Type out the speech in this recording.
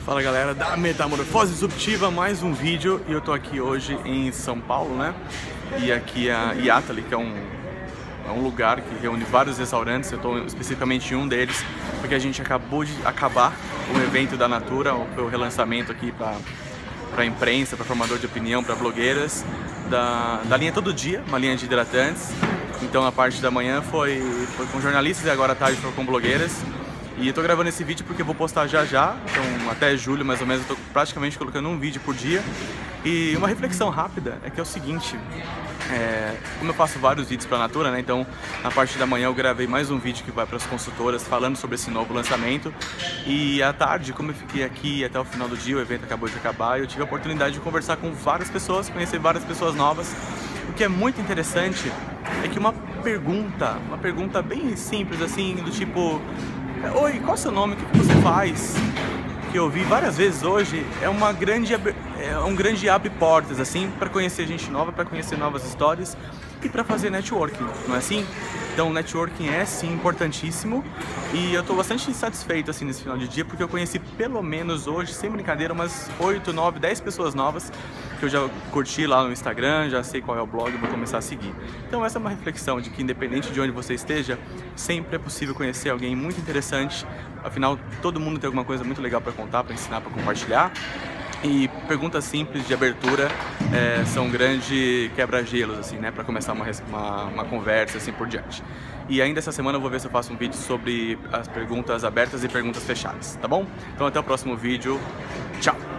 Fala galera da Metamorfose Disruptiva, mais um vídeo e eu tô aqui hoje em São Paulo, né? E aqui é a Yatali, que é um lugar que reúne vários restaurantes. Eu tô especificamente em um deles porque a gente acabou de acabar o evento da Natura, o relançamento aqui para imprensa, para formador de opinião, para blogueiras da linha Todo Dia, uma linha de hidratantes. Então a parte da manhã foi com jornalistas e agora à tarde foi com blogueiras. E eu tô gravando esse vídeo porque eu vou postar já, então até julho mais ou menos eu tô praticamente colocando um vídeo por dia. E uma reflexão rápida é que é o seguinte, como eu faço vários vídeos pra Natura, né, então na parte da manhã eu gravei mais um vídeo que vai para as consultoras falando sobre esse novo lançamento. E à tarde, como eu fiquei aqui até o final do dia, o evento acabou de acabar, eu tive a oportunidade de conversar com várias pessoas, conhecer várias pessoas novas. O que é muito interessante é que uma pergunta bem simples assim, do tipo: oi, qual é o seu nome? O que você faz? Que eu ouvi várias vezes hoje, é um grande abre portas assim para conhecer gente nova, para conhecer novas histórias e para fazer networking, não é assim? Então, networking é sim importantíssimo e eu estou bastante satisfeito assim nesse final de dia porque eu conheci pelo menos hoje, sem brincadeira, umas 8, 9, 10 pessoas novas que eu já curti lá no Instagram, já sei qual é o blog e vou começar a seguir. Então essa é uma reflexão de que independente de onde você esteja, sempre é possível conhecer alguém muito interessante. Afinal, todo mundo tem alguma coisa muito legal para contar, para ensinar, para compartilhar. E perguntas simples de abertura são um grande quebra-gelos, assim, né, para começar uma conversa assim por diante. E ainda essa semana eu vou ver se eu faço um vídeo sobre as perguntas abertas e perguntas fechadas, tá bom? Então até o próximo vídeo, tchau!